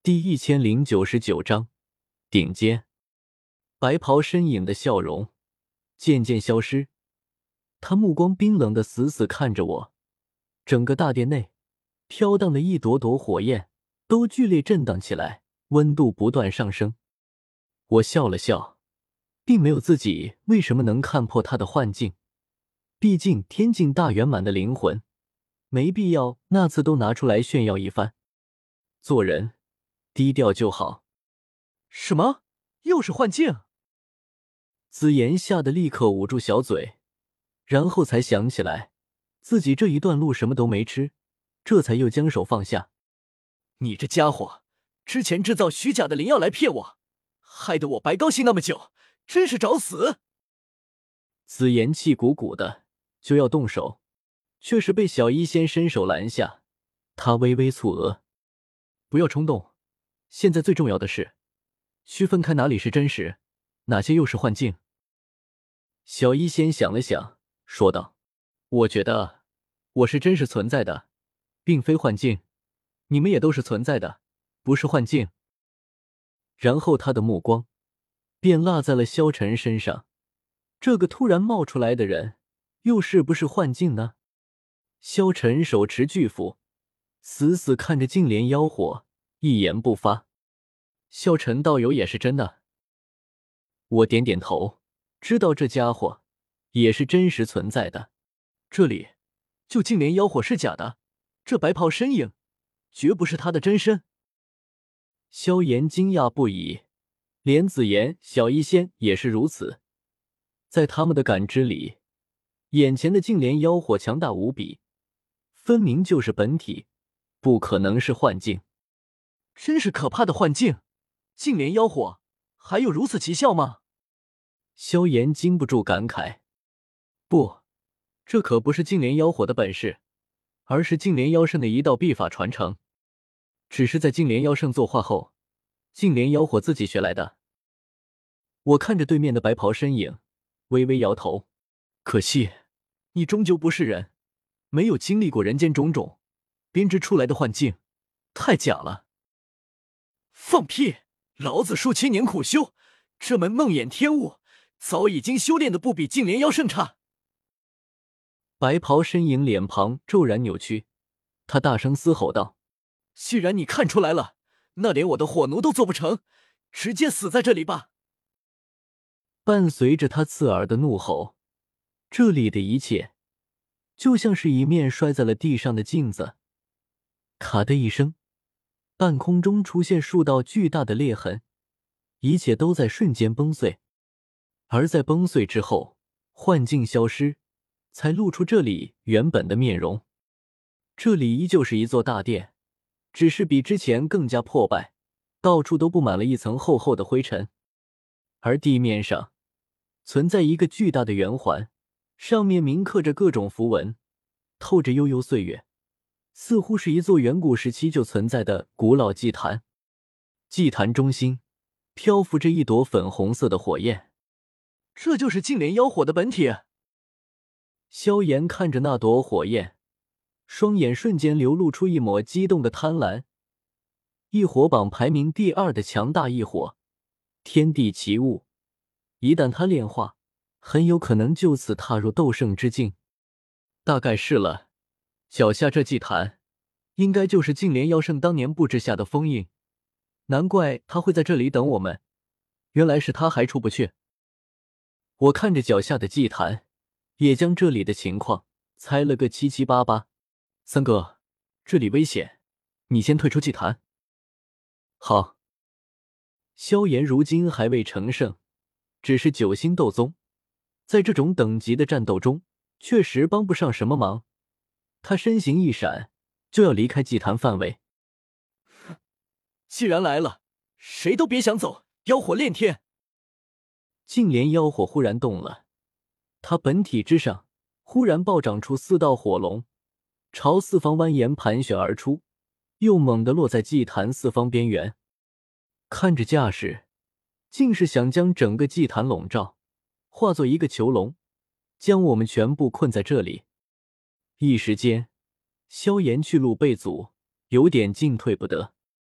第1099章顶尖。白袍身影的笑容渐渐消失，他目光冰冷的死死看着我。整个大殿内飘荡的一朵朵火焰都剧烈震荡起来，温度不断上升。我笑了笑，并没有自己为什么能看破他的幻境，毕竟天境大圆满的灵魂，没必要那次都拿出来炫耀一番。做人低调就好。 什么？又是幻境？ 紫妍吓得立刻捂住小嘴，然后才想起来自己这一段路什么都没吃，这才又将手放下。 你这家伙，之前制造虚假的灵药来骗我，害得我白高兴那么久，真是找死！ 紫妍气鼓鼓的就要动手，却是被小医仙伸手拦下。他微微蹙额，不要冲动，现在最重要的是需分开哪里是真实，哪些又是幻境。小医仙想了想，说道：我觉得我是真实存在的，并非幻境，你们也都是存在的，不是幻境。然后他的目光便落在了萧晨身上，这个突然冒出来的人又是不是幻境呢？萧晨手持巨斧，死死看着净莲妖火，一言不发。萧晨道友也是真的。我点点头，知道这家伙也是真实存在的。 这里就净莲妖火是假的，这白袍身影绝不是他的真身。 萧炎惊讶不已，连紫妍、小医仙也是如此。在他们的感知里，眼前的净莲妖火强大无比，分明就是本体，不可能是幻境。 真是可怕的幻境！净莲妖火还有如此奇效吗？ 萧炎禁不住感慨。不，这可不是净莲妖火的本事，而是净莲妖圣的一道秘法传承。只是在净莲妖圣作化后，净莲妖火自己学来的。我看着对面的白袍身影，微微摇头。 可惜，你终究不是人，没有经历过人间种种，编织出来的幻境太假了。放屁！老子数千年苦修，这门梦魇天物早已经修炼的不比净莲妖圣差。 白袍身影脸庞骤然扭曲，他大声嘶吼道： 既然你看出来了，那连我的火奴都做不成，直接死在这里吧！ 伴随着他刺耳的怒吼，这里的一切就像是一面摔在了地上的镜子，咔的一声，半空中出现数道巨大的裂痕，一切都在瞬间崩碎。而在崩碎之后，幻境消失，才露出这里原本的面容。这里依旧是一座大殿，只是比之前更加破败，到处都布满了一层厚厚的灰尘。而地面上存在一个巨大的圆环，上面铭刻着各种符文，透着悠悠岁月，似乎是一座远古时期就存在的古老祭坛。祭坛中心漂浮着一朵粉红色的火焰。 这就是净莲妖火的本体。 萧炎看着那朵火焰，双眼瞬间流露出一抹激动的贪婪。异火榜排名第2的强大异火，天地奇物，一旦他炼化，很有可能就此踏入斗圣之境。大概是了，脚下这祭坛应该就是净莲妖圣当年布置下的封印，难怪他会在这里等我们，原来是他还出不去。我看着脚下的祭坛，也将这里的情况猜了个七七八八。三哥，这里危险，你先退出祭坛。好。萧炎如今还未成圣，只是9星斗宗，在这种等级的战斗中确实帮不上什么忙。他身形一闪，就要离开祭坛范围。 既然来了，谁都别想走，妖火炼天！ 净莲妖火忽然动了，它本体之上忽然暴长出4道火龙，朝四方蜿蜒盘旋而出，又猛地落在祭坛四方边缘。看着架势，竟是想将整个祭坛笼罩，化作一个囚笼，将我们全部困在这里。一时间，萧炎去路被阻，有点进退不得。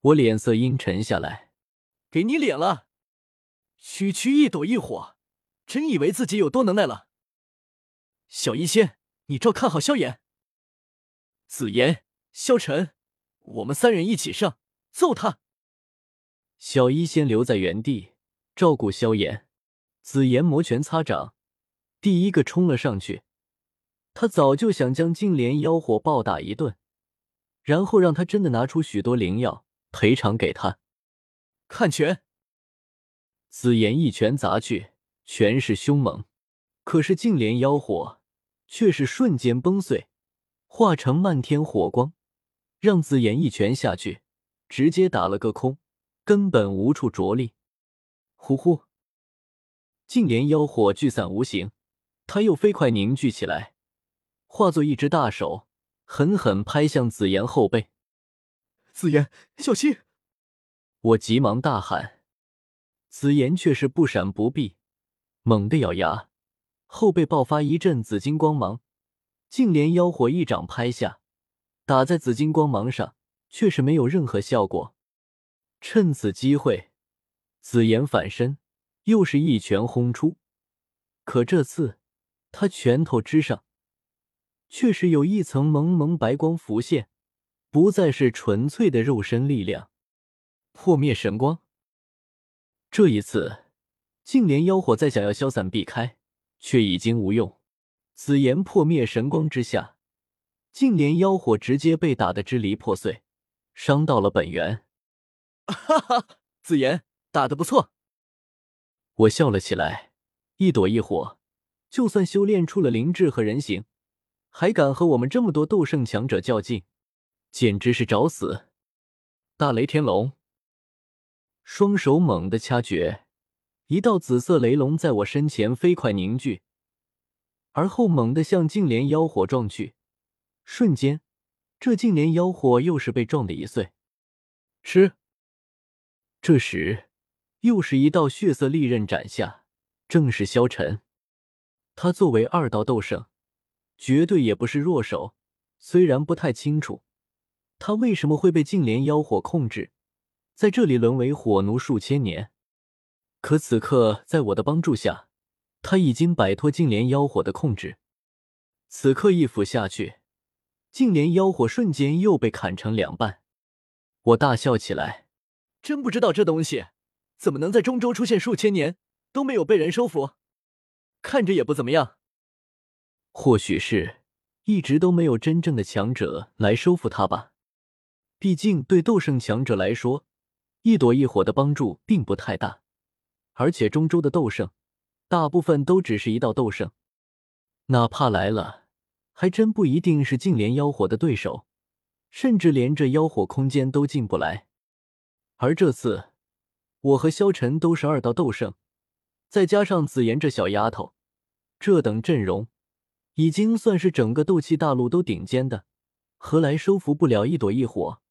我脸色阴沉下来。 给你脸了，区区一朵异火，真以为自己有多能耐了？小医仙，你照看好萧炎。紫妍、萧晨，我们3人一起上，揍他！ 小医仙留在原地照顾萧炎，紫妍摩拳擦掌，第一个冲了上去。他早就想将净莲妖火暴打一顿，然后让他真的拿出许多灵药赔偿给他。 看拳！ 紫妍一拳砸去，拳势凶猛，可是净莲妖火却是瞬间崩碎，化成漫天火光，让紫妍一拳下去，直接打了个空，根本无处着力。呼呼，净莲妖火聚散无形，他又飞快凝聚起来，化作一只大手，狠狠拍向紫妍后背。 紫妍，小心！ 我急忙大喊，紫妍却是不闪不避，猛地咬牙，后背爆发一阵紫金光芒，净莲妖火一掌拍下，打在紫金光芒上，却是没有任何效果。趁此机会，紫妍反身，又是一拳轰出，可这次他拳头之上却是有一层蒙蒙白光浮现，不再是纯粹的肉身力量。破灭神光。这一次净莲妖火再想要消散避开，却已经无用。紫妍破灭神光之下，净莲妖火直接被打得支离破碎，伤到了本源。 哈哈，紫妍打得不错。 我笑了起来，一朵异火，就算修炼出了灵智和人形，还敢和我们这么多斗圣强者较劲，简直是找死！大雷天龙，双手猛地掐诀，一道紫色雷龙在我身前飞快凝聚，而后猛地向净莲妖火撞去。瞬间，这净莲妖火又是被撞得一碎。吃！这时，又是一道血色利刃斩下，正是萧晨。他作为2道斗圣，绝对也不是弱手，虽然不太清楚他为什么会被净莲妖火控制，在这里沦为火奴数千年，可此刻在我的帮助下，他已经摆脱净莲妖火的控制。此刻一斧下去，净莲妖火瞬间又被砍成2半。我大笑起来， 真不知道这东西怎么能在中州出现数千年都没有被人收服，看着也不怎么样。 或许是一直都没有真正的强者来收服他吧。毕竟对斗圣强者来说，一朵异火的帮助并不太大，而且中州的斗圣大部分都只是1道斗圣，哪怕来了，还真不一定是净莲妖火的对手，甚至连这妖火空间都进不来。而这次我和萧晨都是2道斗圣，再加上紫妍这小丫头，这等阵容已经算是整个斗气大陆都顶尖的，何来收服不了一朵异火？